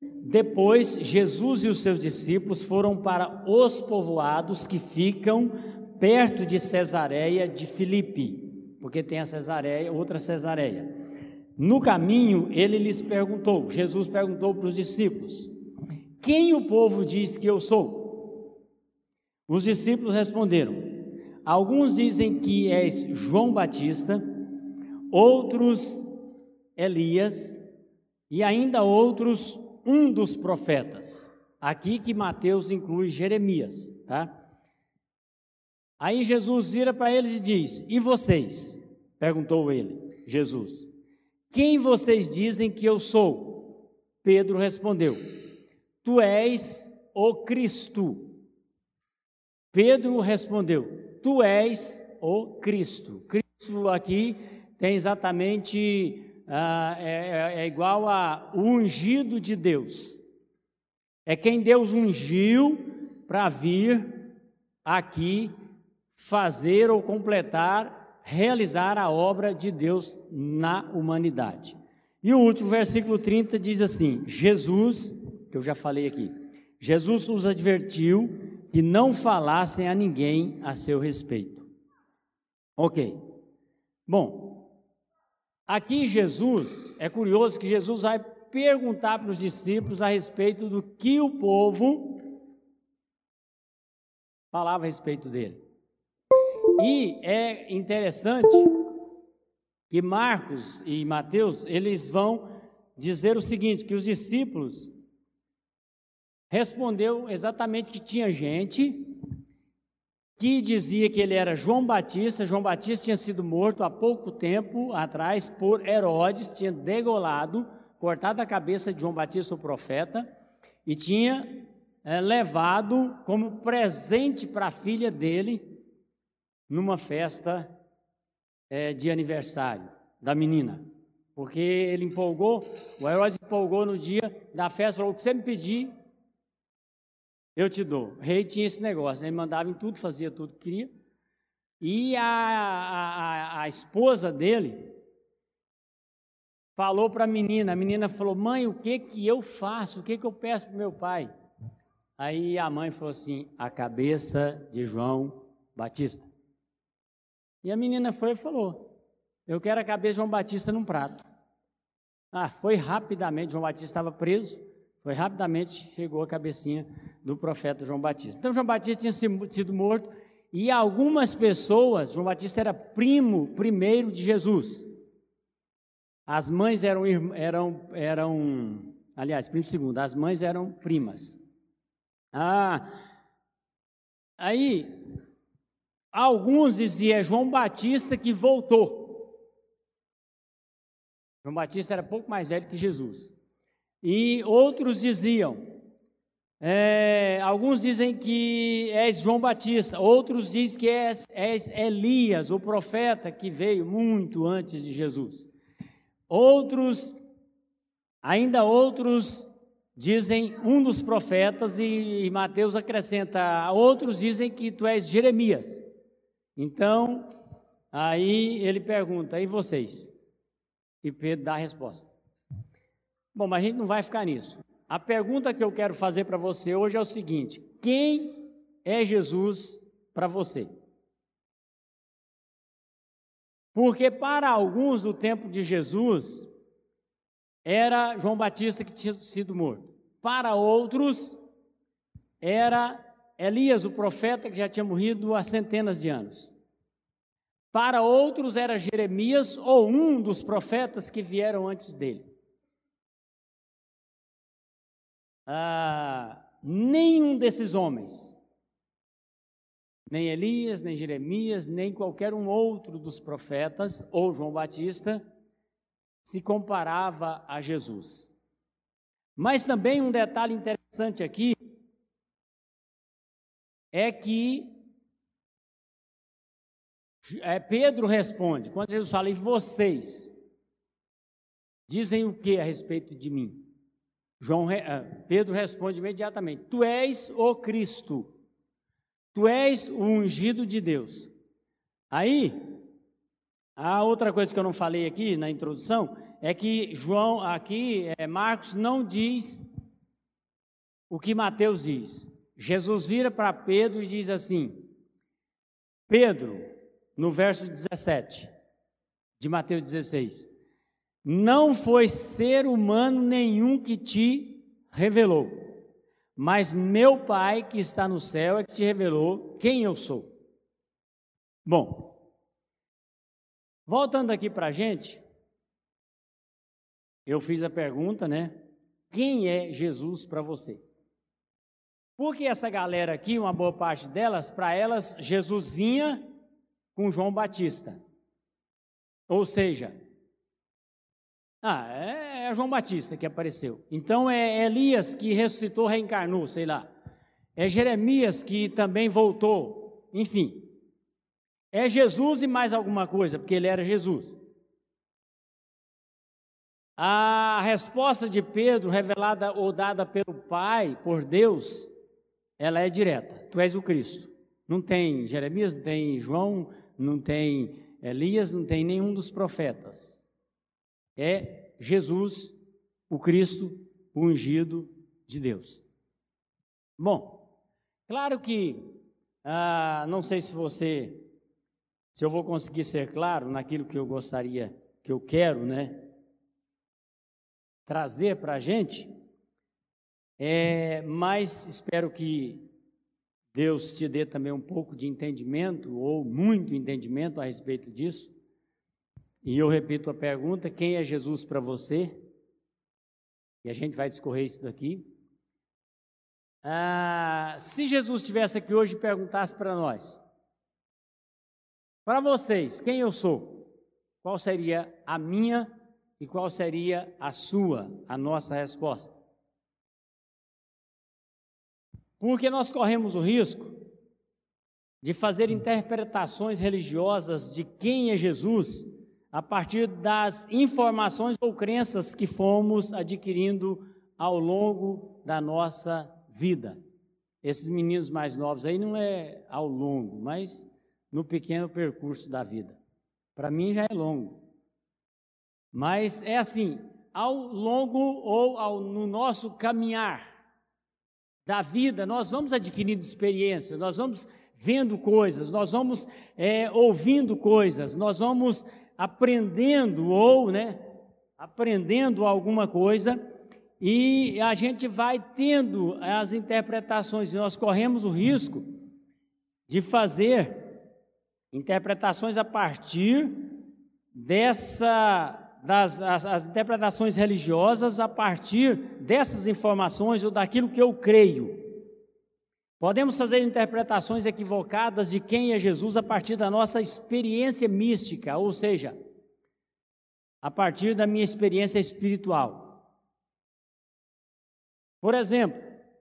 Depois, Jesus e os seus discípulos foram para os povoados que ficam perto de Cesareia de Filipe, porque tem a Cesareia, outra Cesareia. No caminho, Jesus perguntou para os discípulos: quem o povo diz que eu sou? Os discípulos responderam: alguns dizem que és João Batista, outros Elias, e ainda outros um dos profetas. Aqui que Mateus inclui Jeremias, tá? Aí Jesus vira para eles e diz: e vocês? Perguntou ele, Jesus: quem vocês dizem que eu sou? Pedro respondeu: tu és o Cristo. Pedro respondeu: tu és o Cristo. Cristo aqui tem exatamente, é igual a o ungido de Deus. É quem Deus ungiu para vir aqui fazer ou completar, realizar a obra de Deus na humanidade. E o último versículo 30 diz assim: Jesus, que eu já falei aqui, Jesus os advertiu que não falassem a ninguém a seu respeito. Ok. Bom, aqui Jesus, é curioso que Jesus vai perguntar para os discípulos a respeito do que o povo falava a respeito dele. E é interessante que Marcos e Mateus, eles vão dizer o seguinte, que os discípulos respondeu exatamente que tinha gente que dizia que ele era João Batista. João Batista tinha sido morto há pouco tempo atrás por Herodes, tinha degolado, cortado a cabeça de João Batista, o profeta, e tinha levado como presente para a filha dele numa festa de aniversário da menina, porque ele empolgou, o Herodes empolgou no dia da festa, falou: o que você me pedir, eu te dou. O rei tinha esse negócio, né? Ele mandava em tudo, fazia tudo que queria. E a esposa dele falou para a menina falou: mãe, o que eu faço? O que eu peço para o meu pai? Aí a mãe falou assim: a cabeça de João Batista. E a menina foi e falou: eu quero a cabeça de João Batista num prato. Foi rapidamente, João Batista estava preso, foi rapidamente, chegou a cabecinha do profeta João Batista. Então João Batista tinha sido morto, e algumas pessoas, João Batista era primeiro de Jesus. As mães aliás, primo segundo, as mães eram primas. Aí, alguns diziam: João Batista que voltou. João Batista era pouco mais velho que Jesus. E outros diziam, alguns dizem que és João Batista, outros dizem que és Elias, o profeta que veio muito antes de Jesus. Ainda outros dizem um dos profetas, e Mateus acrescenta: outros dizem que tu és Jeremias. Então, aí ele pergunta: e vocês? E Pedro dá a resposta. Bom, mas a gente não vai ficar nisso. A pergunta que eu quero fazer para você hoje é o seguinte: quem é Jesus para você? Porque para alguns do tempo de Jesus, era João Batista que tinha sido morto. Para outros, era Elias, o profeta, que já tinha morrido há centenas de anos. Para outros, era Jeremias ou um dos profetas que vieram antes dele. Nenhum desses homens, nem Elias, nem Jeremias, nem qualquer um outro dos profetas, ou João Batista, se comparava a Jesus. Mas também um detalhe interessante aqui é que Pedro responde, quando Jesus fala: e vocês dizem o que a respeito de mim? Pedro responde imediatamente: tu és o Cristo, tu és o ungido de Deus. Aí, a outra coisa que eu não falei aqui na introdução é que Marcos não diz o que Mateus diz. Jesus vira para Pedro e diz assim: Pedro, no verso 17 de Mateus 16, não foi ser humano nenhum que te revelou, mas meu Pai que está no céu é que te revelou quem eu sou. Bom, voltando aqui para a gente, eu fiz a pergunta, né? Quem é Jesus para você? Porque essa galera aqui, uma boa parte delas, para elas, Jesus vinha com João Batista. Ou seja, é João Batista que apareceu. Então é Elias que ressuscitou, reencarnou, sei lá. É Jeremias que também voltou. Enfim, é Jesus e mais alguma coisa, porque ele era Jesus. A resposta de Pedro, revelada ou dada pelo Pai, por Deus, ela é direta: tu és o Cristo. Não tem Jeremias, não tem João, não tem Elias, não tem nenhum dos profetas. É Jesus, o Cristo, o ungido de Deus. Bom, claro que, não sei se eu vou conseguir ser claro naquilo que eu gostaria, que eu quero, né, trazer para a gente, mas espero que Deus te dê também um pouco de entendimento, ou muito entendimento a respeito disso. E eu repito a pergunta: quem é Jesus para você? E a gente vai discorrer isso daqui. Se Jesus estivesse aqui hoje e perguntasse para nós: para vocês, quem eu sou? Qual seria a minha e qual seria a nossa resposta? Porque nós corremos o risco de fazer interpretações religiosas de quem é Jesus a partir das informações ou crenças que fomos adquirindo ao longo da nossa vida. Esses meninos mais novos aí não é ao longo, mas no pequeno percurso da vida. Para mim já é longo. Mas é assim, ao longo ou no nosso caminhar da vida, nós vamos adquirindo experiências, nós vamos vendo coisas, nós vamos ouvindo coisas, nós vamos aprendendo aprendendo alguma coisa, e a gente vai tendo as interpretações, e nós corremos o risco de fazer interpretações a partir das interpretações religiosas, a partir dessas informações ou daquilo que eu creio. Podemos fazer interpretações equivocadas de quem é Jesus a partir da nossa experiência mística, ou seja, a partir da minha experiência espiritual. Por exemplo,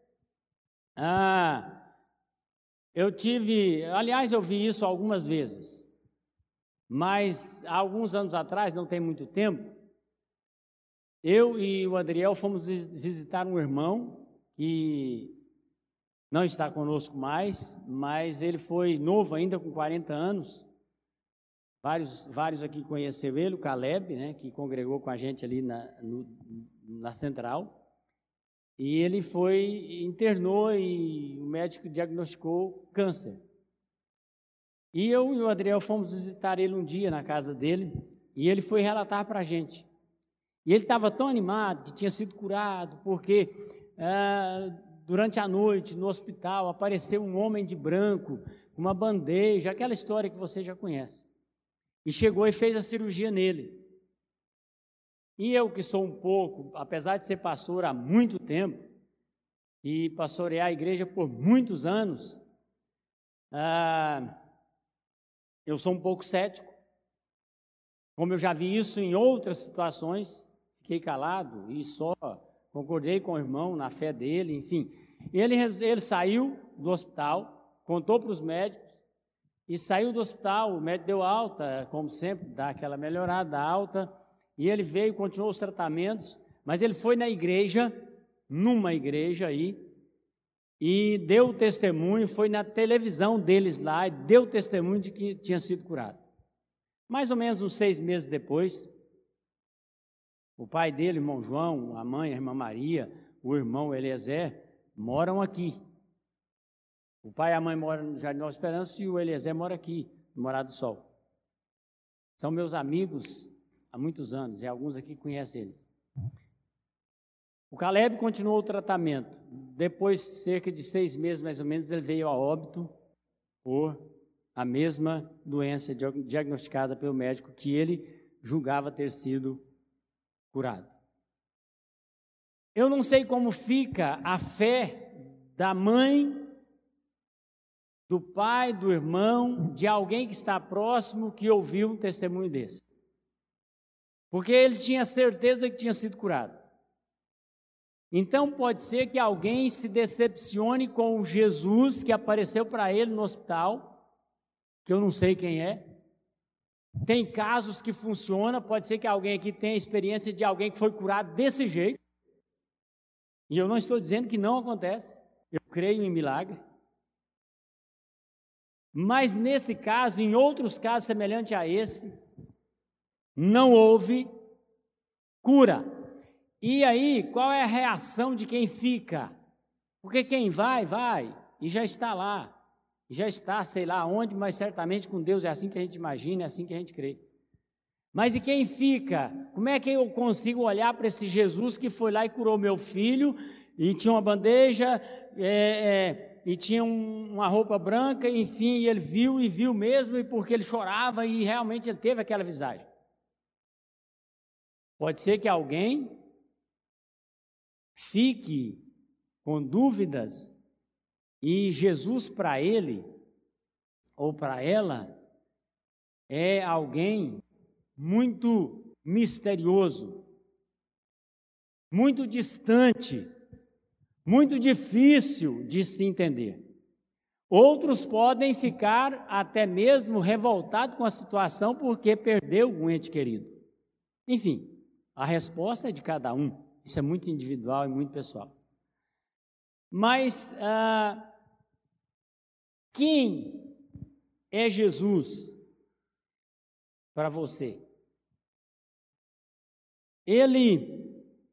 eu vi isso algumas vezes, mas há alguns anos atrás, não tem muito tempo, eu e o Adriel fomos visitar um irmão que não está conosco mais, mas ele foi novo ainda, com 40 anos. Vários aqui conheceram ele, o Caleb, né, que congregou com a gente ali na central. E ele internou e o médico diagnosticou câncer. E eu e o Adriel fomos visitar ele um dia na casa dele, e ele foi relatar para a gente. E ele estava tão animado que tinha sido curado, porque durante a noite, no hospital, apareceu um homem de branco, com uma bandeja, aquela história que você já conhece. E chegou e fez a cirurgia nele. E eu, que sou um pouco, apesar de ser pastor há muito tempo, e pastorear a igreja por muitos anos, eu sou um pouco cético. Como eu já vi isso em outras situações, fiquei calado e só concordei com o irmão na fé dele, enfim. Ele saiu do hospital, contou para os médicos, e saiu do hospital, o médico deu alta, como sempre, dá aquela melhorada, dá alta, e ele veio, continuou os tratamentos, mas ele foi numa igreja aí, e deu testemunho, foi na televisão deles lá, e deu testemunho de que tinha sido curado. Mais ou menos uns 6 meses depois, o pai dele, o irmão João, a mãe, a irmã Maria, o irmão Eliezer, moram aqui. O pai e a mãe moram no Jardim Nova Esperança e o Eliezer mora aqui, no Morado do Sol. São meus amigos há muitos anos, e alguns aqui conhecem eles. O Caleb continuou o tratamento. Depois de cerca de 6 meses, mais ou menos, ele veio a óbito por a mesma doença diagnosticada pelo médico que ele julgava ter sido curado. Eu não sei como fica a fé da mãe, do pai, do irmão, de alguém que está próximo, que ouviu um testemunho desse. Porque ele tinha certeza que tinha sido curado. Então pode ser que alguém se decepcione com o Jesus que apareceu para ele no hospital, que eu não sei quem é. Tem casos que funcionam, pode ser que alguém aqui tenha experiência de alguém que foi curado desse jeito. E eu não estou dizendo que não acontece, eu creio em milagre. Mas nesse caso, em outros casos semelhantes a esse, não houve cura. E aí, qual é a reação de quem fica? Porque quem vai, e já está lá, já está, sei lá onde, mas certamente com Deus é assim que a gente imagina, é assim que a gente crê. Mas e quem fica? Como é que eu consigo olhar para esse Jesus que foi lá e curou meu filho, e tinha uma bandeja, e tinha uma roupa branca, enfim, e ele viu e viu mesmo, e porque ele chorava, e realmente ele teve aquela visagem. Pode ser que alguém fique com dúvidas, e Jesus para ele, ou para ela, é alguém muito misterioso, muito distante, muito difícil de se entender. Outros podem ficar até mesmo revoltados com a situação porque perdeu um ente querido. Enfim, a resposta é de cada um. Isso é muito individual e muito pessoal. Mas quem é Jesus para você? Ele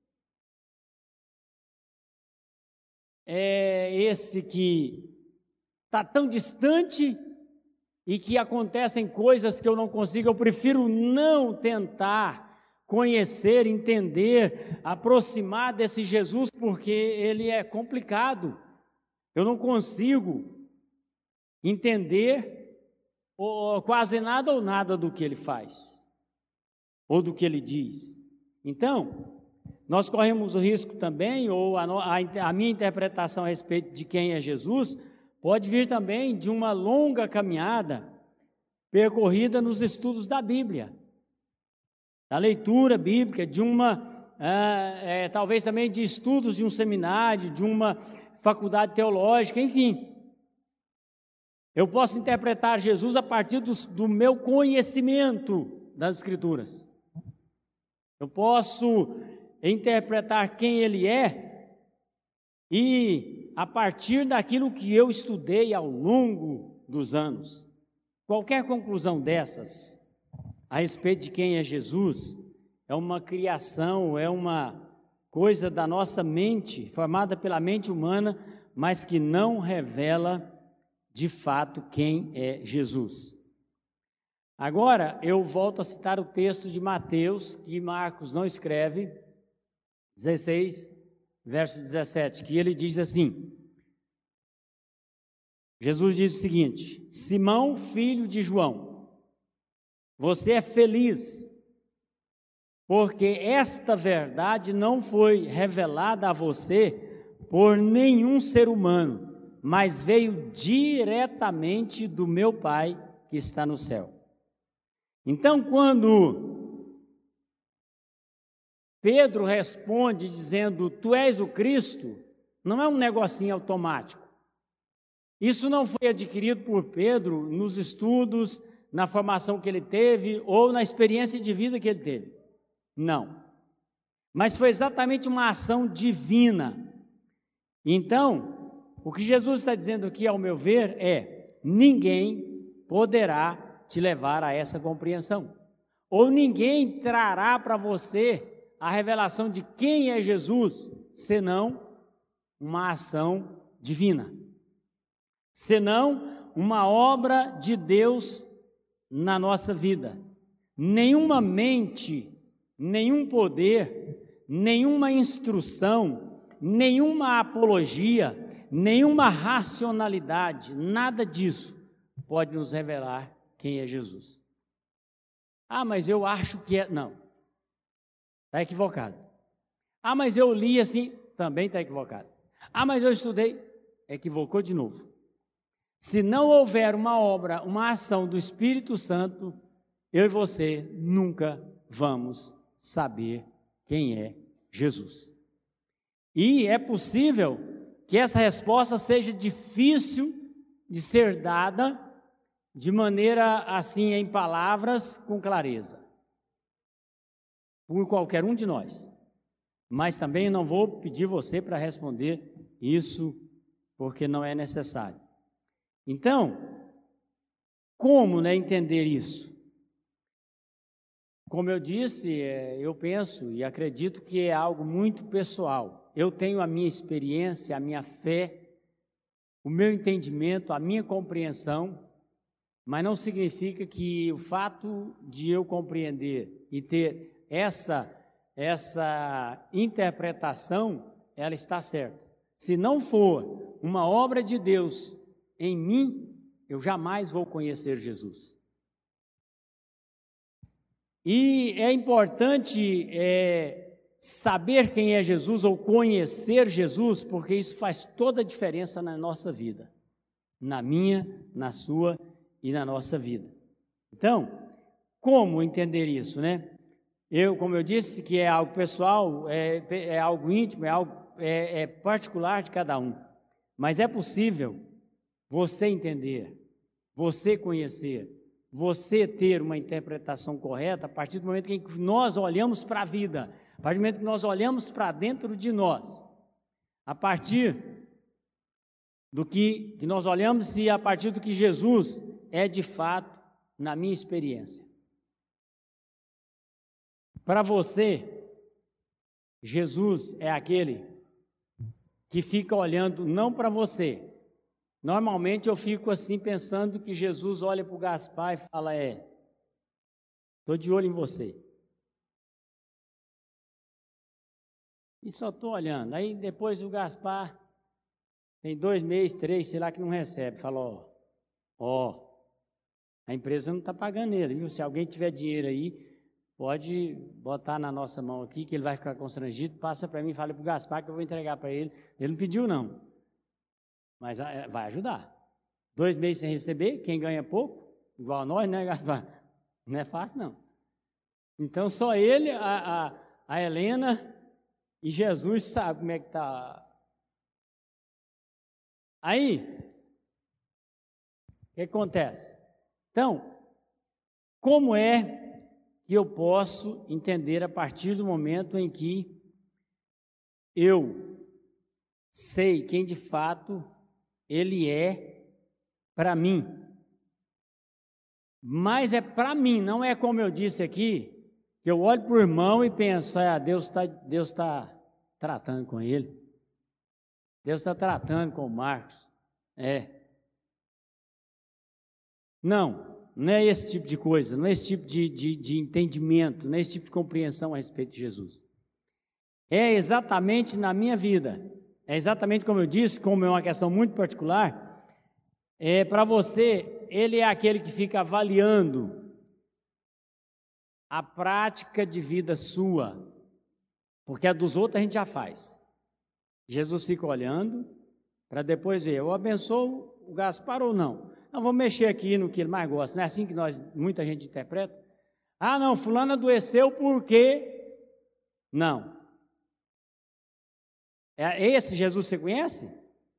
é esse que está tão distante e que acontecem coisas que eu não consigo, eu prefiro não tentar conhecer, entender, aproximar desse Jesus, porque ele é complicado. Eu não consigo entender quase nada ou nada do que ele faz, ou do que ele diz. Então, nós corremos o risco também, ou a minha interpretação a respeito de quem é Jesus, pode vir também de uma longa caminhada percorrida nos estudos da Bíblia, da leitura bíblica, de talvez também de estudos de um seminário, de uma faculdade teológica, enfim. Eu posso interpretar Jesus a partir do meu conhecimento das Escrituras. Eu posso interpretar quem ele é e a partir daquilo que eu estudei ao longo dos anos. Qualquer conclusão dessas a respeito de quem é Jesus é uma criação, é uma coisa da nossa mente, formada pela mente humana, mas que não revela de fato quem é Jesus. Agora eu volto a citar o texto de Mateus, que Marcos não escreve, 16, verso 17, que ele diz assim: Jesus diz o seguinte: Simão, filho de João, você é feliz, porque esta verdade não foi revelada a você por nenhum ser humano, mas veio diretamente do meu Pai que está no céu. Então, quando Pedro responde dizendo, tu és o Cristo, não é um negocinho automático. Isso não foi adquirido por Pedro nos estudos, na formação que ele teve ou na experiência de vida que ele teve. Não. Mas foi exatamente uma ação divina. Então, o que Jesus está dizendo aqui, ao meu ver, é: ninguém poderá te levar a essa compreensão. Ou ninguém trará para você a revelação de quem é Jesus, senão uma ação divina, senão uma obra de Deus na nossa vida. Nenhuma mente, nenhum poder, nenhuma instrução, nenhuma apologia, nenhuma racionalidade, nada disso pode nos revelar quem é Jesus. Ah, mas eu acho que é... Não, está equivocado. Ah, mas eu li assim, também está equivocado. Ah, mas eu estudei, equivocou de novo. Se não houver uma obra, uma ação do Espírito Santo, eu e você nunca vamos saber quem é Jesus. E é possível que essa resposta seja difícil de ser dada de maneira assim, em palavras, com clareza, por qualquer um de nós. Mas também não vou pedir você para responder isso, porque não é necessário. Então, como entender isso? Como eu disse, eu penso e acredito que é algo muito pessoal. Eu tenho a minha experiência, a minha fé, o meu entendimento, a minha compreensão, mas não significa que o fato de eu compreender e ter essa interpretação, ela está certa. Se não for uma obra de Deus em mim, eu jamais vou conhecer Jesus. E é importante saber quem é Jesus ou conhecer Jesus, porque isso faz toda a diferença na nossa vida, na minha, na sua e na nossa vida. Então, como entender isso, como eu disse, que é algo pessoal, é algo íntimo, é algo particular de cada um. Mas é possível você entender, você conhecer, você ter uma interpretação correta a partir do momento em que nós olhamos para a vida, a partir do momento que nós olhamos para dentro de nós, a partir do que nós olhamos e a partir do que Jesus é de fato na minha experiência. Para você, Jesus é aquele que fica olhando não para você. Normalmente eu fico assim pensando que Jesus olha para o Gaspar e fala, estou de olho em você. E só estou olhando. Aí depois o Gaspar tem 2 meses, 3, sei lá, que não recebe. Fala, a empresa não está pagando ele, viu? Se alguém tiver dinheiro aí, pode botar na nossa mão aqui, que ele vai ficar constrangido, passa para mim e fala para o Gaspar que eu vou entregar para ele. Ele não pediu não, mas vai ajudar. 2 meses sem receber, quem ganha pouco, igual a nós, Gaspar? Não é fácil não. Então só ele, a Helena e Jesus sabe como é que está. Aí, o que acontece? Então, como é que eu posso entender a partir do momento em que eu sei quem de fato ele é para mim? Mas é para mim, não é como eu disse aqui, que eu olho para o irmão e penso, Deus está tratando com ele, Deus está tratando com o Marcos. Não é esse tipo de coisa, não é esse tipo de entendimento, não é esse tipo de compreensão a respeito de Jesus. É exatamente na minha vida, é exatamente como eu disse, como é uma questão muito particular, para você, ele é aquele que fica avaliando a prática de vida sua, porque a dos outros a gente já faz. Jesus fica olhando para depois ver, eu abençoo o Gaspar ou não? Não, vou mexer aqui no que ele mais gosta. Não é assim que muita gente interpreta? Ah, não, fulano adoeceu porque... Não. É esse Jesus que você conhece?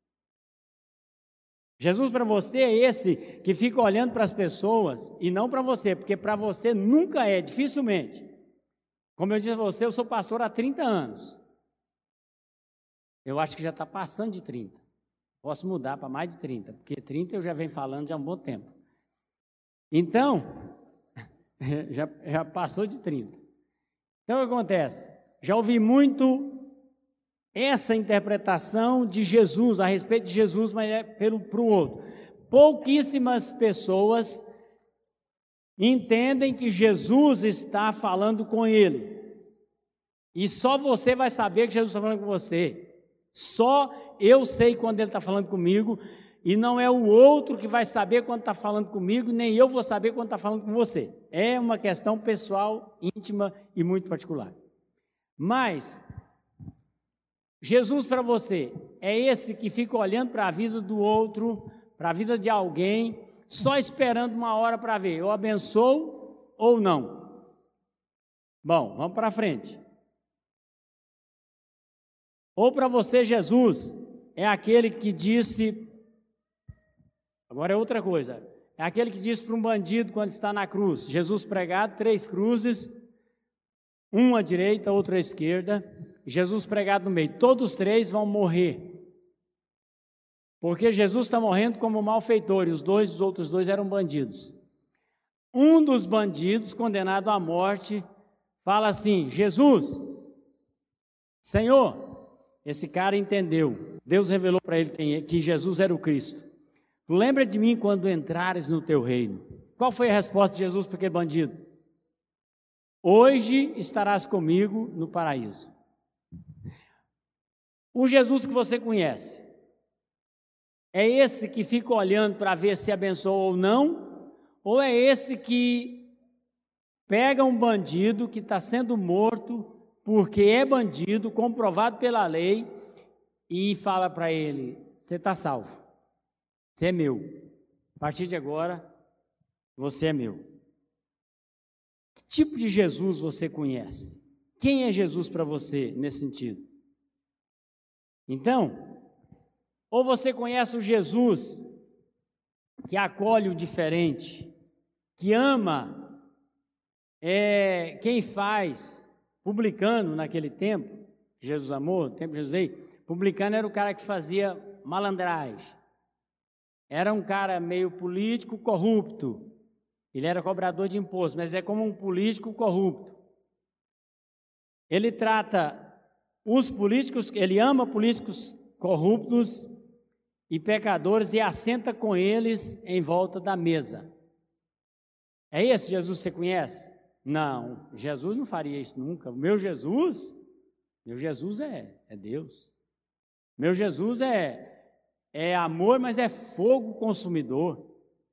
Jesus para você é esse que fica olhando para as pessoas e não para você, porque para você nunca é, dificilmente. Como eu disse a você, eu sou pastor há 30 anos. Eu acho que já está passando de 30. Posso mudar para mais de 30, porque 30 eu já venho falando já há um bom tempo. Então, já passou de 30. Então, o que acontece? Já ouvi muito essa interpretação de Jesus, a respeito de Jesus, mas é para o outro. Pouquíssimas pessoas entendem que Jesus está falando com ele. E só você vai saber que Jesus está falando com você. Só eu sei quando ele está falando comigo, e não é o outro que vai saber quando está falando comigo, nem eu vou saber quando está falando com você. É uma questão pessoal, íntima e muito particular. Mas Jesus para você é esse que fica olhando para a vida do outro, para a vida de alguém, só esperando uma hora para ver, eu abençoo ou não? Bom, vamos para frente. Ou para você, Jesus é aquele que disse, agora é outra coisa, é aquele que disse para um bandido quando está na cruz, Jesus pregado, 3 cruzes, uma à direita, outra à esquerda, Jesus pregado no meio, todos 3 vão morrer, porque Jesus está morrendo como malfeitor, e os outros dois eram bandidos. Um dos bandidos, condenado à morte, fala assim, Jesus, Senhor, esse cara entendeu, Deus revelou para ele que Jesus era o Cristo. Lembra de mim quando entrares no teu reino. Qual foi a resposta de Jesus para aquele bandido? Hoje estarás comigo no paraíso. O Jesus que você conhece, é esse que fica olhando para ver se abençoa ou não? Ou é esse que pega um bandido que está sendo morto, porque é bandido, comprovado pela lei, e fala para ele, você está salvo, você é meu, a partir de agora, você é meu. Que tipo de Jesus você conhece? Quem é Jesus para você nesse sentido? Então, ou você conhece o Jesus que acolhe o diferente, que ama quem faz. Publicano, naquele tempo, Jesus amou, no tempo de Jesus veio, publicano era o cara que fazia malandragem. Era um cara meio político corrupto. Ele era cobrador de impostos, mas é como um político corrupto. Ele trata os políticos, ele ama políticos corruptos e pecadores e assenta com eles em volta da mesa. É esse Jesus que você conhece? Não, Jesus não faria isso nunca. O meu Jesus é Deus. Meu Jesus é amor, mas é fogo consumidor.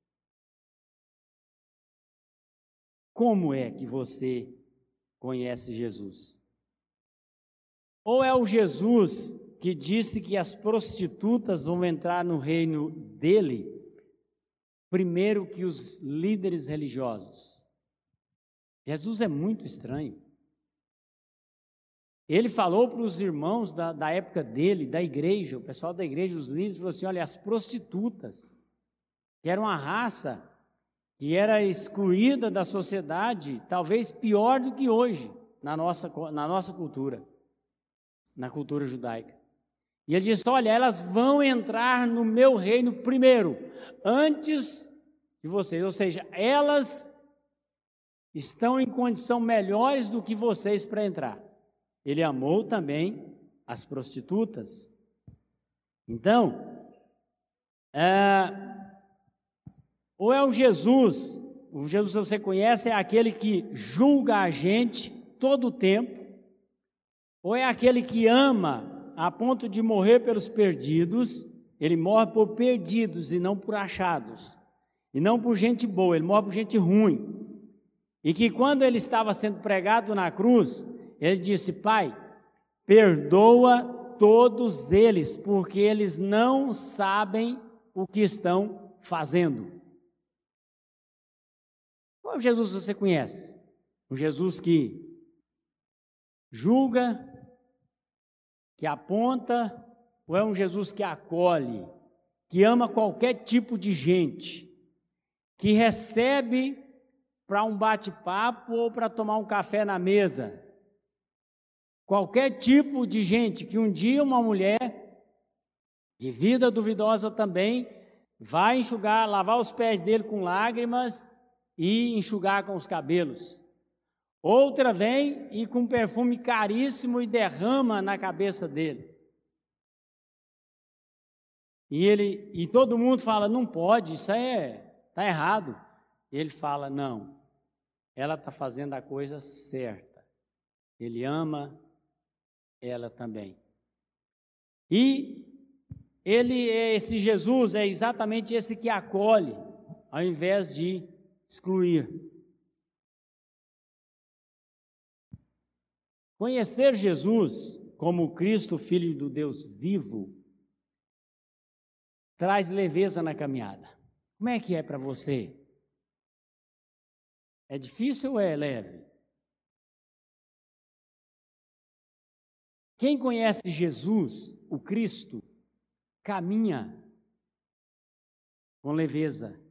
Como é que você conhece Jesus? Ou é o Jesus que disse que as prostitutas vão entrar no reino dele primeiro que os líderes religiosos? Jesus é muito estranho. Ele falou para os irmãos da época dele, da igreja, o pessoal da igreja, os líderes, falou assim, olha, as prostitutas, que era uma raça que era excluída da sociedade, talvez pior do que hoje, na nossa cultura, na cultura judaica. E ele disse, olha, elas vão entrar no meu reino primeiro, antes de vocês, ou seja, elas estão em condição melhores do que vocês para entrar. Ele amou também as prostitutas. Então, ou é o Jesus que você conhece é aquele que julga a gente todo o tempo, ou é aquele que ama a ponto de morrer pelos perdidos. Ele morre por perdidos e não por achados, e não por gente boa, ele morre por gente ruim. E que quando ele estava sendo pregado na cruz, ele disse, Pai, perdoa todos eles, porque eles não sabem o que estão fazendo. Qual Jesus você conhece? Um Jesus que julga, que aponta, ou é um Jesus que acolhe, que ama qualquer tipo de gente, que recebe para um bate-papo ou para tomar um café na mesa? Qualquer tipo de gente, que um dia uma mulher de vida duvidosa também vai enxugar, lavar os pés dele com lágrimas e enxugar com os cabelos. Outra vem e com perfume caríssimo e derrama na cabeça dele. E todo mundo fala, não pode, isso está errado. E ele fala, não, ela está fazendo a coisa certa. Ele ama ela também. E esse Jesus é exatamente esse que acolhe, ao invés de excluir. Conhecer Jesus como Cristo, Filho do Deus vivo, traz leveza na caminhada. Como é que é para você? É difícil ou é leve? Quem conhece Jesus, o Cristo, caminha com leveza.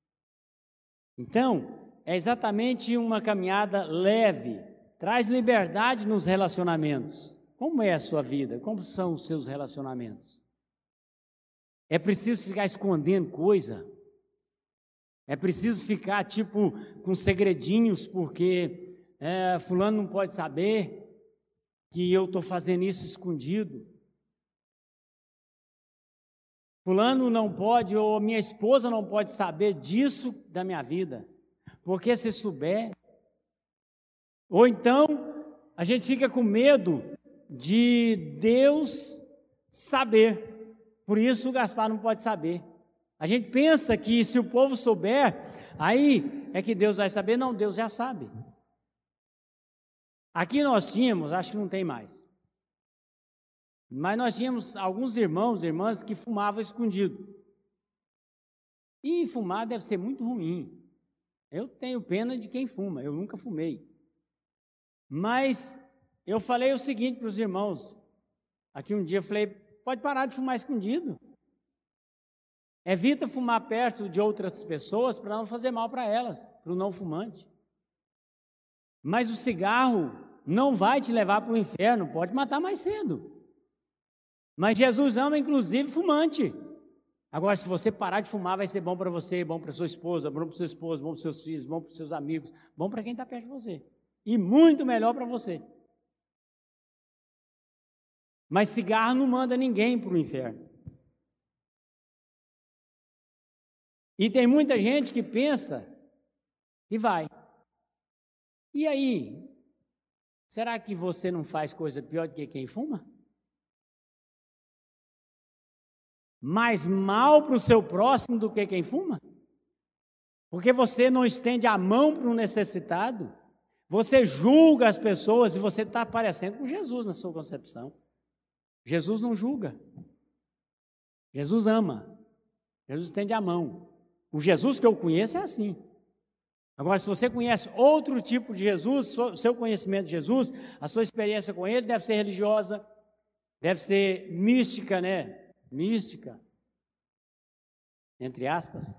Então, é exatamente uma caminhada leve, traz liberdade nos relacionamentos. Como é a sua vida? Como são os seus relacionamentos? É preciso ficar escondendo coisa? É preciso ficar, com segredinhos, porque fulano não pode saber que eu estou fazendo isso escondido? Fulano não pode, ou minha esposa não pode saber disso da minha vida, porque se souber... Ou então, a gente fica com medo de Deus saber. Por isso o Gaspar não pode saber. A gente pensa que se o povo souber, aí é que Deus vai saber. Não, Deus já sabe. Aqui nós tínhamos, acho que não tem mais, mas nós tínhamos alguns irmãos e irmãs que fumavam escondido. E fumar deve ser muito ruim. Eu tenho pena de quem fuma, eu nunca fumei. Mas eu falei o seguinte para os irmãos, aqui um dia eu falei, pode parar de fumar escondido. Evita fumar perto de outras pessoas para não fazer mal para elas, para o não fumante. Mas o cigarro não vai te levar para o inferno, pode matar mais cedo. Mas Jesus ama inclusive fumante. Agora, se você parar de fumar, vai ser bom para você, bom para sua esposa, bom para o seu esposo, bom para os seus filhos, bom para os seus amigos, bom para quem está perto de você. E muito melhor para você. Mas cigarro não manda ninguém para o inferno. E tem muita gente que pensa e vai. E aí, será que você não faz coisa pior do que quem fuma? Mais mal para o seu próximo do que quem fuma? Porque você não estende a mão para um necessitado, você julga as pessoas e você está parecendo com Jesus na sua concepção. Jesus não julga, Jesus ama, Jesus estende a mão. O Jesus que eu conheço é assim. Agora, se você conhece outro tipo de Jesus, seu conhecimento de Jesus, a sua experiência com ele deve ser religiosa, deve ser mística, né? Mística, entre aspas.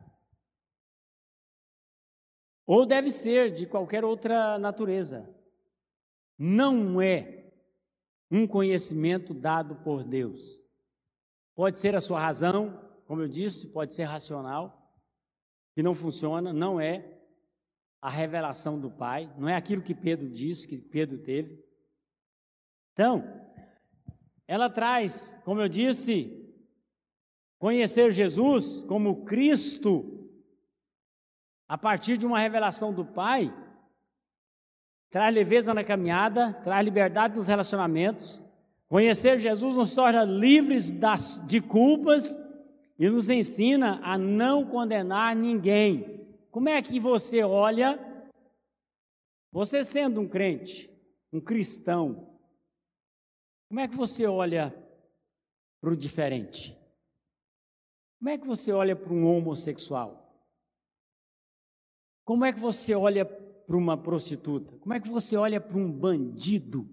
Ou deve ser de qualquer outra natureza. Não é um conhecimento dado por Deus. Pode ser a sua razão, como eu disse, pode ser racional, que não funciona, não é a revelação do Pai, não é aquilo que Pedro disse, que Pedro teve. Então, ela traz, como eu disse, conhecer Jesus como Cristo, a partir de uma revelação do Pai, traz leveza na caminhada, traz liberdade nos relacionamentos. Conhecer Jesus nos torna livres de culpas e nos ensina a não condenar ninguém. Como é que você olha, você sendo um crente, um cristão, como é que você olha para o diferente? Como é que você olha para um homossexual? Como é que você olha para uma prostituta? Como é que você olha para um bandido?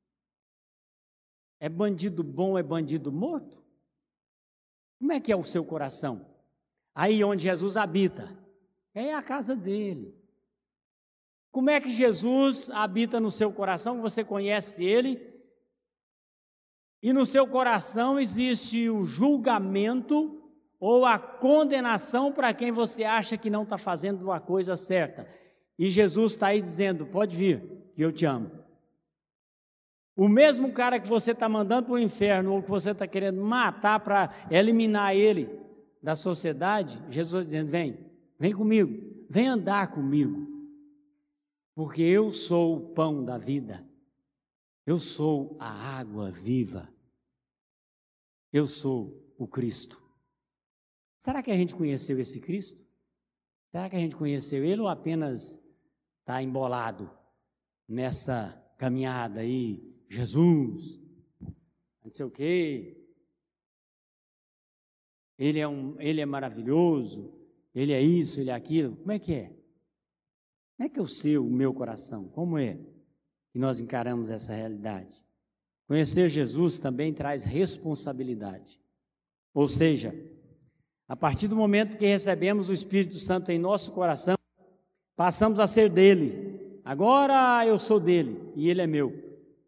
É bandido bom, é bandido morto? Como é que é o seu coração? Aí onde Jesus habita, é a casa dele. Como é que Jesus habita no seu coração? Você conhece ele? E no seu coração existe o julgamento ou a condenação para quem você acha que não está fazendo a coisa certa. E Jesus está aí dizendo, pode vir, que eu te amo. O mesmo cara que você está mandando para o inferno, ou que você está querendo matar para eliminar ele da sociedade, Jesus dizendo, vem comigo, vem andar comigo, porque eu sou o pão da vida, eu sou a água viva, eu sou o Cristo. Será que a gente conheceu esse Cristo? Será que a gente conheceu ele ou apenas está embolado nessa caminhada aí? Jesus, não sei o quê, ele é maravilhoso, ele é isso, ele é aquilo. Como é que é? Como é que é o meu coração? Como é que nós encaramos essa realidade? Conhecer Jesus também traz responsabilidade. Ou seja, a partir do momento que recebemos o Espírito Santo em nosso coração, passamos a ser dele. Agora eu sou dele e ele é meu.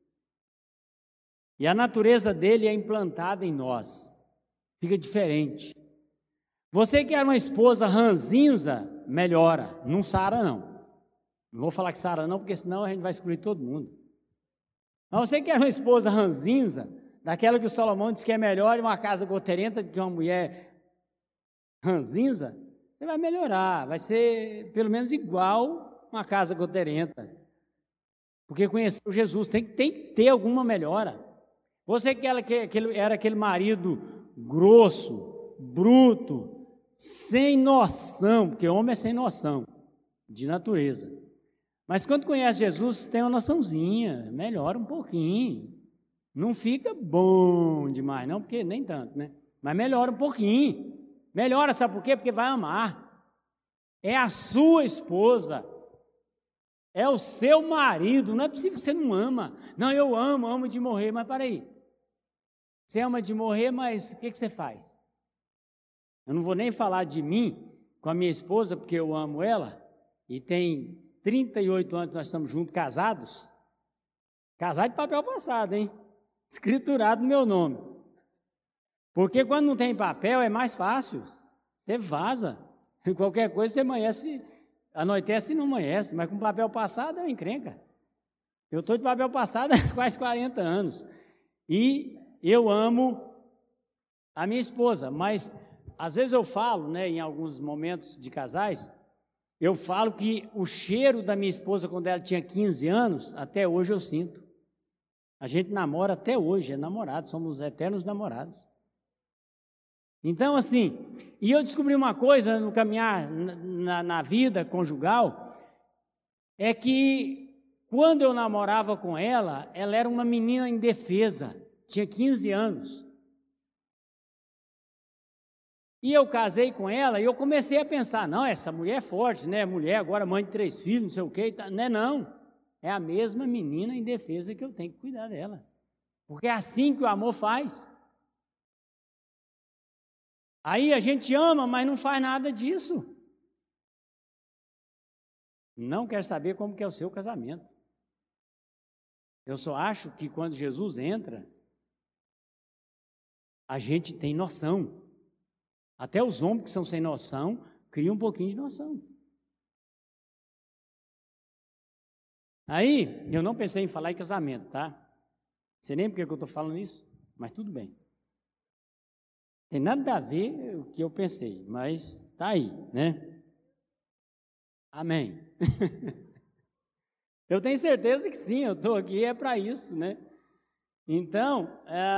E a natureza dele é implantada em nós. Fica diferente. Você que era uma esposa ranzinza, melhora. Não sara, não. Não vou falar que sara, não, porque senão a gente vai excluir todo mundo. Mas você que era uma esposa ranzinza, daquela que o Salomão diz que é melhor uma casa goteirenta do que uma mulher ranzinza, você vai melhorar. Vai ser pelo menos igual uma casa goteirenta. Porque conheceu Jesus, tem que ter alguma melhora. Você que era aquele marido grosso, bruto, sem noção, porque homem é sem noção, de natureza. Mas quando conhece Jesus, tem uma noçãozinha, melhora um pouquinho. Não fica bom demais, não, porque nem tanto, né? Mas melhora um pouquinho. Melhora, sabe por quê? Porque vai amar. É a sua esposa. É o seu marido. Não é possível que você não ama. Não, eu amo de morrer, mas para aí. Você ama de morrer, mas o que você faz? Eu não vou nem falar de mim com a minha esposa, porque eu amo ela, e tem 38 anos que nós estamos juntos, casados. Casado de papel passado, hein? Escriturado no meu nome. Porque quando não tem papel é mais fácil. Você vaza. Qualquer coisa você amanhece, anoitece e não amanhece, mas com papel passado é uma encrenca. Eu estou de papel passado há quase 40 anos. E eu amo a minha esposa, mas às vezes eu falo, né, em alguns momentos de casais, eu falo que o cheiro da minha esposa quando ela tinha 15 anos, até hoje eu sinto. A gente namora até hoje, é namorado, somos eternos namorados. Então, assim, e eu descobri uma coisa no caminhar na vida conjugal, é que quando eu namorava com ela, ela era uma menina indefesa. Tinha 15 anos. E eu casei com ela e eu comecei a pensar, não, essa mulher é forte, né? Mulher agora mãe de 3 filhos, não sei o quê. Não é não. É a mesma menina indefesa que eu tenho que cuidar dela. Porque é assim que o amor faz. Aí a gente ama, mas não faz nada disso. Não quer saber como que é o seu casamento. Eu só acho que quando Jesus entra, a gente tem noção. Até os homens que são sem noção, criam um pouquinho de noção. Aí, eu não pensei em falar em casamento, tá? Não sei nem porque que eu estou falando isso, mas tudo bem. Tem nada a ver com o que eu pensei, mas tá aí, né? Amém. Eu tenho certeza que sim, eu estou aqui é para isso, né? Então,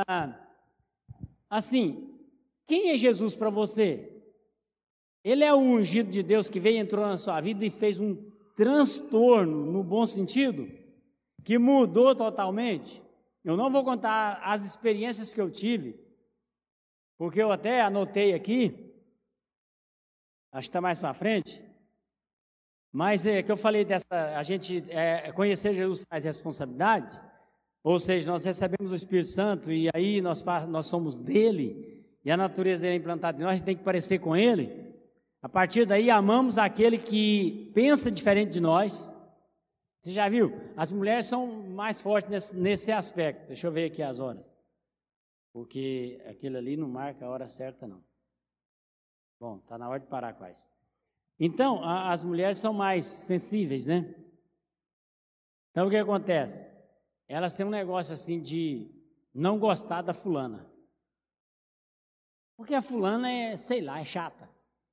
assim, quem é Jesus para você? Ele é o ungido de Deus que veio, entrou na sua vida e fez um transtorno, no bom sentido, que mudou totalmente. Eu não vou contar as experiências que eu tive, porque eu até anotei aqui, acho que está mais para frente, mas é que eu falei a gente conhecer Jesus traz responsabilidades, ou seja, nós recebemos o Espírito Santo e aí nós somos dele, e a natureza dele é implantada em nós, a gente tem que parecer com ele. A partir daí amamos aquele que pensa diferente de nós. Você já viu? As mulheres são mais fortes nesse aspecto. Deixa eu ver aqui as horas. Porque aquele ali não marca a hora certa, não. Bom, está na hora de parar quase. Então, as mulheres são mais sensíveis, né? Então o que acontece? Elas têm um negócio assim de não gostar da fulana. Porque a fulana é, sei lá, é chata.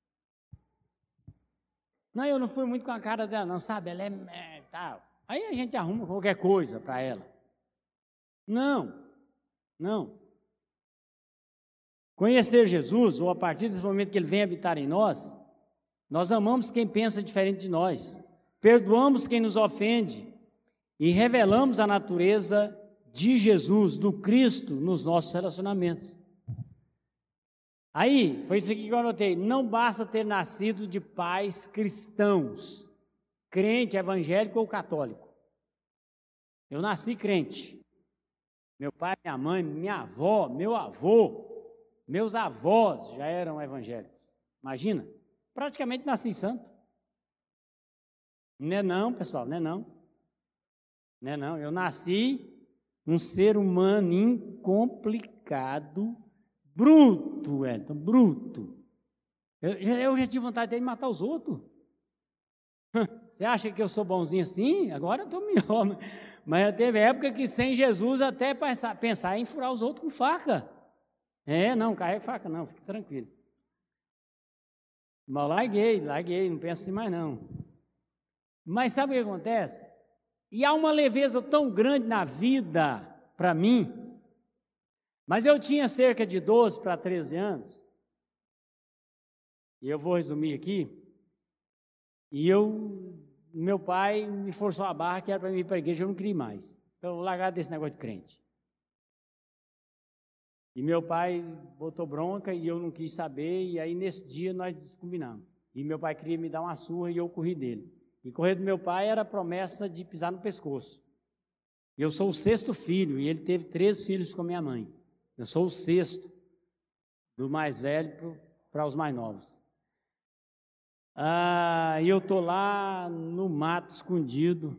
Não, eu não fui muito com a cara dela, não, sabe? Ela é tal. Aí a gente arruma qualquer coisa para ela. Não, não. Conhecer Jesus, ou a partir desse momento que Ele vem habitar em nós, nós amamos quem pensa diferente de nós, perdoamos quem nos ofende e revelamos a natureza de Jesus, do Cristo, nos nossos relacionamentos. Aí, foi isso aqui que eu anotei, não basta ter nascido de pais cristãos, crente, evangélico ou católico. Eu nasci crente. Meu pai, minha mãe, minha avó, meu avô, meus avós já eram evangélicos. Imagina, praticamente nasci santo. Não é não, pessoal, não é não. Não é não, eu nasci um ser humano incomplicado, bruto, Elton, bruto. Eu já tive vontade de matar os outros. Você acha que eu sou bonzinho assim? Agora eu estou melhor. Mas teve época que sem Jesus até pensar em furar os outros com faca. Não carrega faca não, fique tranquilo. Mas larguei, não penso assim mais não. Mas sabe o que acontece? E há uma leveza tão grande na vida para mim, mas eu tinha cerca de 12 para 13 anos, e eu vou resumir aqui, e meu pai me forçou a barra que era para mim ir para a igreja, eu não queria mais. Então eu vou largar desse negócio de crente. E meu pai botou bronca e eu não quis saber, e aí nesse dia nós descombinamos. E meu pai queria me dar uma surra e eu corri dele. E correr do meu pai era a promessa de pisar no pescoço. Eu sou o 6º filho e ele teve 3 filhos com a minha mãe. Eu sou o 6º, do mais velho para os mais novos. E eu estou lá no mato, escondido.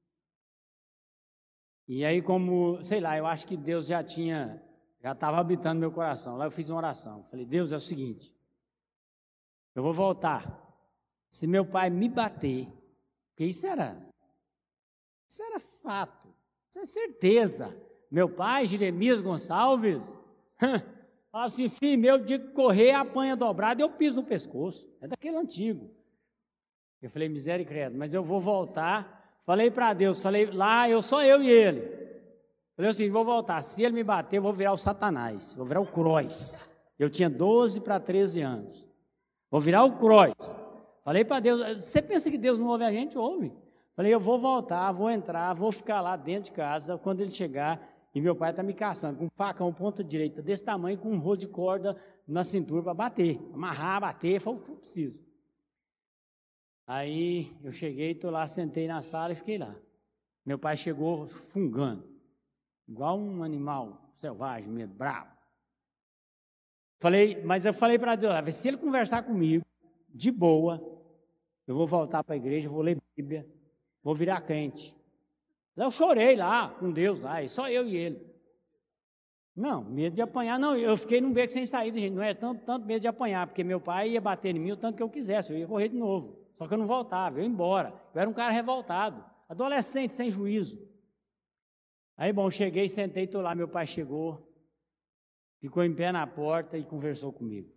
E aí como, sei lá, eu acho que Deus já estava habitando meu coração. Lá eu fiz uma oração. Falei, Deus, é o seguinte, eu vou voltar. Se meu pai me bater, porque isso era fato, isso é certeza. Meu pai, Jeremias Gonçalves, fala assim, filho meu, de correr, apanha dobrado, eu piso no pescoço. É daquele antigo. Eu falei, misericórdia, mas eu vou voltar. Falei para Deus, falei, lá só eu e ele. Falei assim, vou voltar, se ele me bater, eu vou virar o Satanás, vou virar o Croix. Eu tinha 12 para 13 anos. Vou virar o Croix. Falei para Deus, você pensa que Deus não ouve a gente? Ouve. Falei, eu vou voltar, vou entrar, vou ficar lá dentro de casa, quando ele chegar, e meu pai está me caçando, com um facão ponta direita desse tamanho, com um rolo de corda na cintura para bater, amarrar, bater, foi o que eu preciso. Aí eu cheguei, estou lá, sentei na sala e fiquei lá. Meu pai chegou fungando, igual um animal selvagem mesmo, bravo. Mas eu falei para Deus, se ele conversar comigo, de boa, eu vou voltar para a igreja, vou ler Bíblia, vou virar crente. Eu chorei lá com Deus, lá, só eu e ele. Não, medo de apanhar, não, eu fiquei num beco sem saída, gente, não é tanto medo de apanhar, porque meu pai ia bater em mim o tanto que eu quisesse, eu ia correr de novo, só que eu não voltava, eu ia embora, eu era um cara revoltado, adolescente, sem juízo. Aí, bom, cheguei, sentei, estou lá, meu pai chegou, ficou em pé na porta e conversou comigo.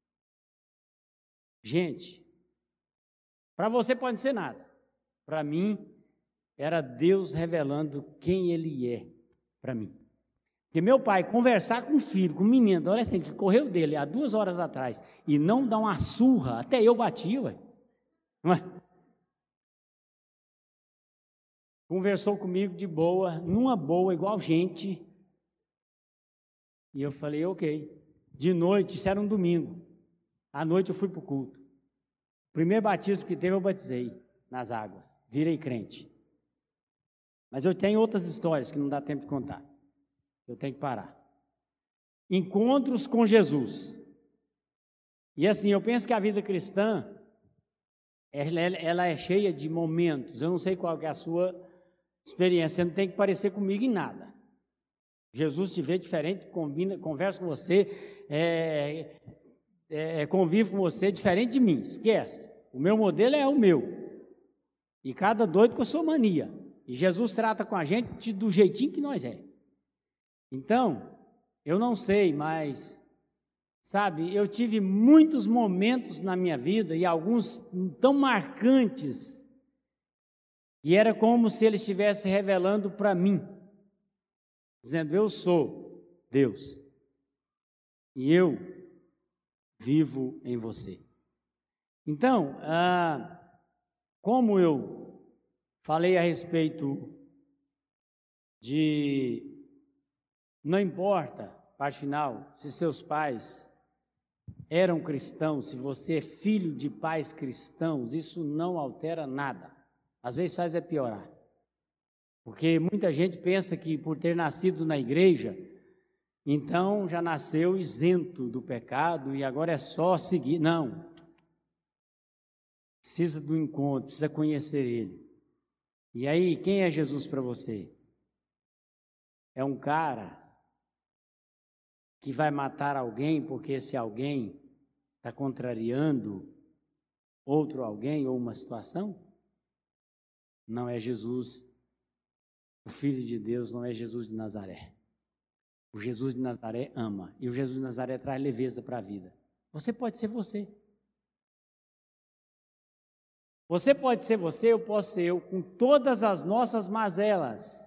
Gente, para você pode ser nada, para mim era Deus revelando quem Ele é para mim. Porque meu pai conversar com um filho, com um menino, adolescente, que correu dele há 2 horas atrás, e não dar uma surra, até eu bati, ué. Não é? Conversou comigo de boa, numa boa, igual gente. E eu falei, ok. De noite, isso era um domingo. À noite eu fui para o culto. O primeiro batismo que teve eu batizei nas águas. Virei crente. Mas eu tenho outras histórias que não dá tempo de contar. Eu tenho que parar. Encontros com Jesus. E assim, eu penso que a vida cristã, ela é cheia de momentos. Eu não sei qual que é a sua experiência. Você não tem que parecer comigo em nada. Jesus te vê diferente, conversa com você, convive com você diferente de mim. Esquece. O meu modelo é o meu. E cada doido com a sua mania. E Jesus trata com a gente do jeitinho que nós é. Então, eu não sei, mas, sabe, eu tive muitos momentos na minha vida, e alguns tão marcantes, e era como se ele estivesse revelando para mim, dizendo: eu sou Deus, e eu vivo em você. Então, como eu falei a respeito de, não importa, parte final, se seus pais eram cristãos, se você é filho de pais cristãos, isso não altera nada. Às vezes faz piorar. Porque muita gente pensa que por ter nascido na igreja, então já nasceu isento do pecado e agora é só seguir. Não. Precisa do encontro, precisa conhecer Ele. E aí, quem é Jesus para você? É um cara que vai matar alguém porque esse alguém está contrariando outro alguém ou uma situação? Não é Jesus. O Filho de Deus não é Jesus de Nazaré. O Jesus de Nazaré ama. E o Jesus de Nazaré traz leveza para a vida. Você pode ser você. Você pode ser você, eu posso ser eu, com todas as nossas mazelas,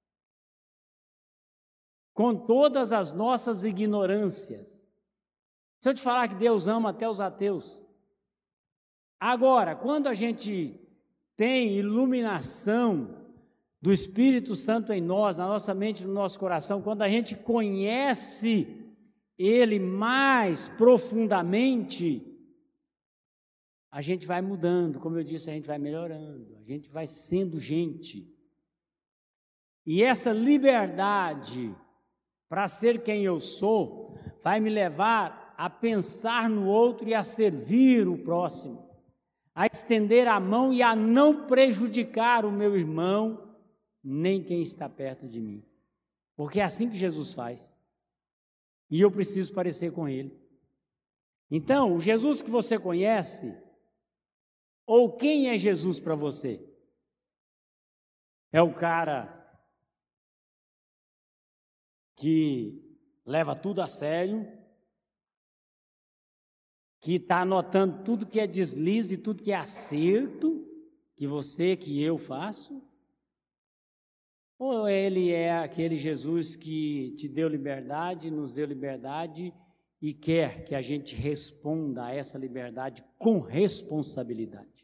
com todas as nossas ignorâncias. Se eu te falar que Deus ama até os ateus. Agora, quando a gente tem iluminação do Espírito Santo em nós, na nossa mente, no nosso coração, quando a gente conhece Ele mais profundamente, a gente vai mudando, como eu disse, a gente vai melhorando, a gente vai sendo gente. E essa liberdade para ser quem eu sou, vai me levar a pensar no outro e a servir o próximo, a estender a mão e a não prejudicar o meu irmão, nem quem está perto de mim. Porque é assim que Jesus faz. E eu preciso parecer com Ele. Então, o Jesus que você conhece, ou quem é Jesus para você? É o cara que leva tudo a sério, que está anotando tudo que é deslize e tudo que é acerto, que você, que eu faço? Ou ele é aquele Jesus que te deu liberdade, nos deu liberdade e quer que a gente responda a essa liberdade com responsabilidade?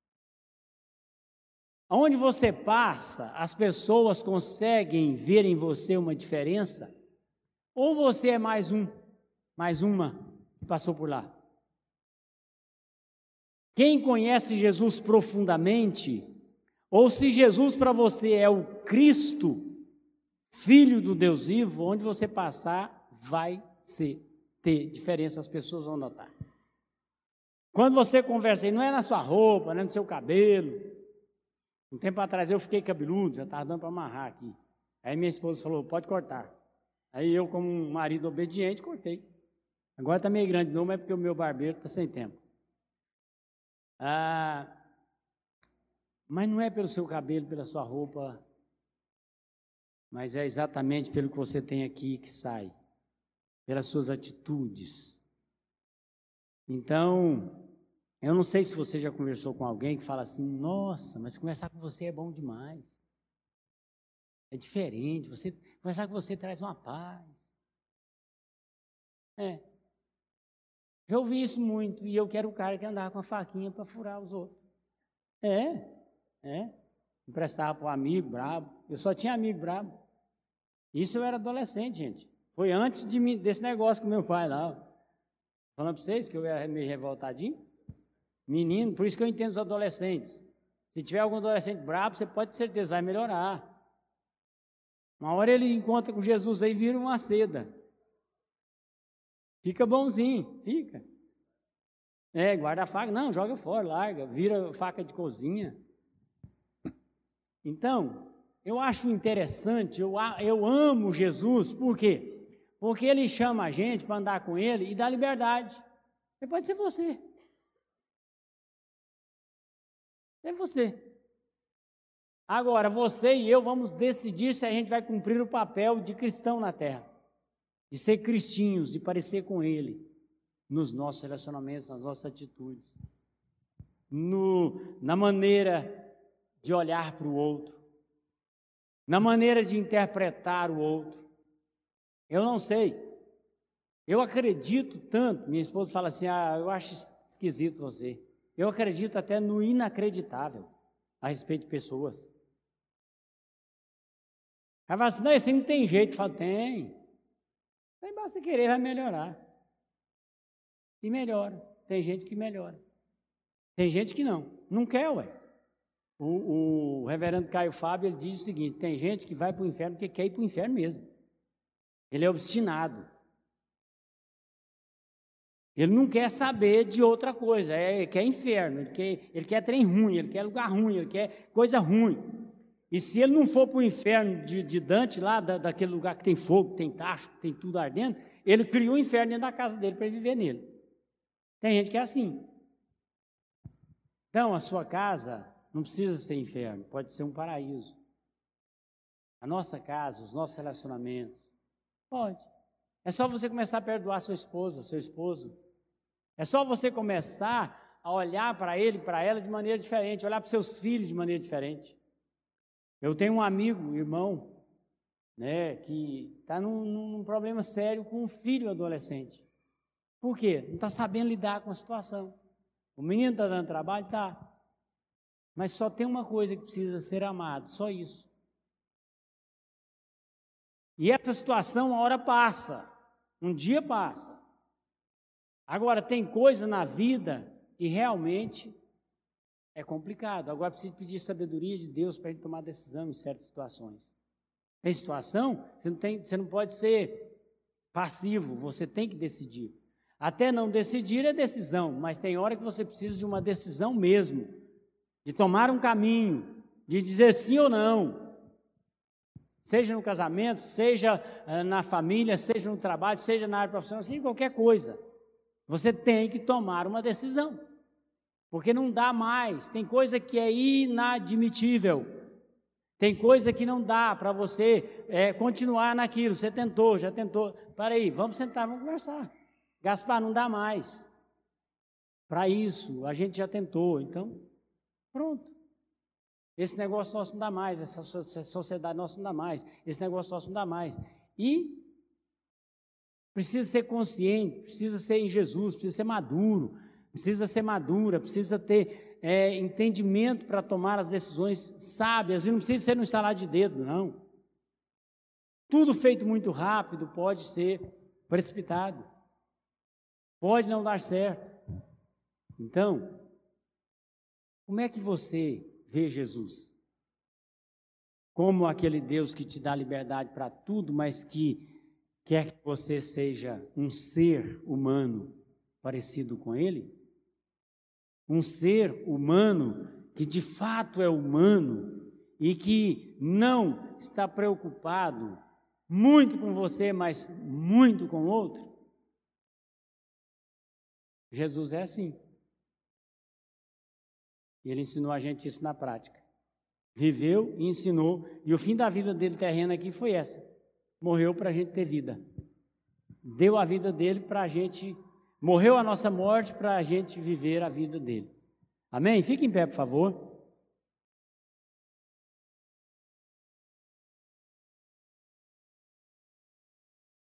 Onde você passa, as pessoas conseguem ver em você uma diferença? Ou você é mais uma que passou por lá? Quem conhece Jesus profundamente, ou se Jesus para você é o Cristo, Filho do Deus vivo, onde você passar vai ter diferença, as pessoas vão notar. Quando você conversa, não é na sua roupa, não é no seu cabelo. Um tempo atrás eu fiquei cabeludo, já estava dando para amarrar aqui. Aí minha esposa falou: pode cortar. Aí eu, como um marido obediente, cortei. Agora está meio grande não, mas é porque o meu barbeiro está sem tempo. Mas não é pelo seu cabelo, pela sua roupa, mas é exatamente pelo que você tem aqui que sai, pelas suas atitudes. Então, eu não sei se você já conversou com alguém que fala assim: nossa, mas conversar com você é bom demais. É diferente, conversar com você traz uma paz. Já ouvi isso muito, e eu quero o cara que andava com a faquinha para furar os outros. Emprestava para um amigo brabo. Eu só tinha amigo brabo. Isso eu era adolescente, gente. Foi antes desse negócio com meu pai lá. Falando para vocês que eu era meio revoltadinho. Menino, por isso que eu entendo os adolescentes. Se tiver algum adolescente brabo, você pode ter certeza, vai melhorar. Uma hora ele encontra com Jesus aí e vira uma seda. Fica bonzinho, fica. Guarda a faca. Não, joga fora, larga. Vira faca de cozinha. Então, eu acho interessante, eu amo Jesus. Por quê? Porque Ele chama a gente para andar com Ele e dá liberdade. Ele pode ser você. É você. Agora, você e eu vamos decidir se a gente vai cumprir o papel de cristão na terra, de ser cristinhos, de parecer com Ele, nos nossos relacionamentos, nas nossas atitudes, na maneira de olhar para o outro, na maneira de interpretar o outro. Eu não sei, eu acredito tanto, minha esposa fala assim, eu acho esquisito você, eu acredito até no inacreditável a respeito de pessoas. Ela fala assim, não, esse não tem jeito. Eu falo, tem. Aí basta querer, vai melhorar. E melhora. Tem gente que melhora. Tem gente que não quer, ué. O reverendo Caio Fábio, ele diz o seguinte, tem gente que vai para o inferno porque quer ir para o inferno mesmo. Ele é obstinado. Ele não quer saber de outra coisa, ele quer inferno, ele quer trem ruim, ele quer lugar ruim, ele quer coisa ruim. E se ele não for para o inferno de Dante, lá daquele lugar que tem fogo, tem tacho, tem tudo ardendo, ele criou o inferno dentro da casa dele para ele viver nele. Tem gente que é assim. Então, a sua casa não precisa ser inferno, pode ser um paraíso. A nossa casa, os nossos relacionamentos, pode. É só você começar a perdoar sua esposa, seu esposo. É só você começar a olhar para ele, para ela de maneira diferente, olhar para seus filhos de maneira diferente. Eu tenho um amigo, irmão, né, que está num problema sério com um filho adolescente. Por quê? Não está sabendo lidar com a situação. O menino está dando trabalho? Está. Mas só tem uma coisa que precisa ser amado, só isso. E essa situação, uma hora passa, um dia passa. Agora, tem coisa na vida que realmente é complicado. Agora, precisa pedir sabedoria de Deus para a gente tomar decisão em certas situações. Tem situação, você não pode ser passivo, você tem que decidir. Até não decidir é decisão, mas tem hora que você precisa de uma decisão mesmo, de tomar um caminho, de dizer sim ou não. Seja no casamento, seja na família, seja no trabalho, seja na área profissional, seja em qualquer coisa. Você tem que tomar uma decisão, porque não dá mais. Tem coisa que é inadmitível, tem coisa que não dá para você continuar naquilo. Você tentou, já tentou. Para aí, vamos sentar, vamos conversar. Gaspar, não dá mais. Para isso, a gente já tentou, então, pronto. Esse negócio nosso não dá mais, essa sociedade nossa não dá mais, esse negócio nosso não dá mais. E precisa ser consciente, precisa ser em Jesus, precisa ser maduro, precisa ser madura, precisa ter entendimento para tomar as decisões sábias, e não precisa ser no estalar de dedo, não. Tudo feito muito rápido pode ser precipitado, pode não dar certo. Então, como é que você vê Jesus? Como aquele Deus que te dá liberdade para tudo, mas que quer que você seja um ser humano parecido com Ele? Um ser humano que de fato é humano e que não está preocupado muito com você, mas muito com o outro? Jesus é assim. E Ele ensinou a gente isso na prática. Viveu e ensinou, e o fim da vida dele terrena aqui foi essa. Morreu para a gente ter vida. Deu a vida dele para a gente, morreu a nossa morte para a gente viver a vida dele. Amém? Fique em pé, por favor.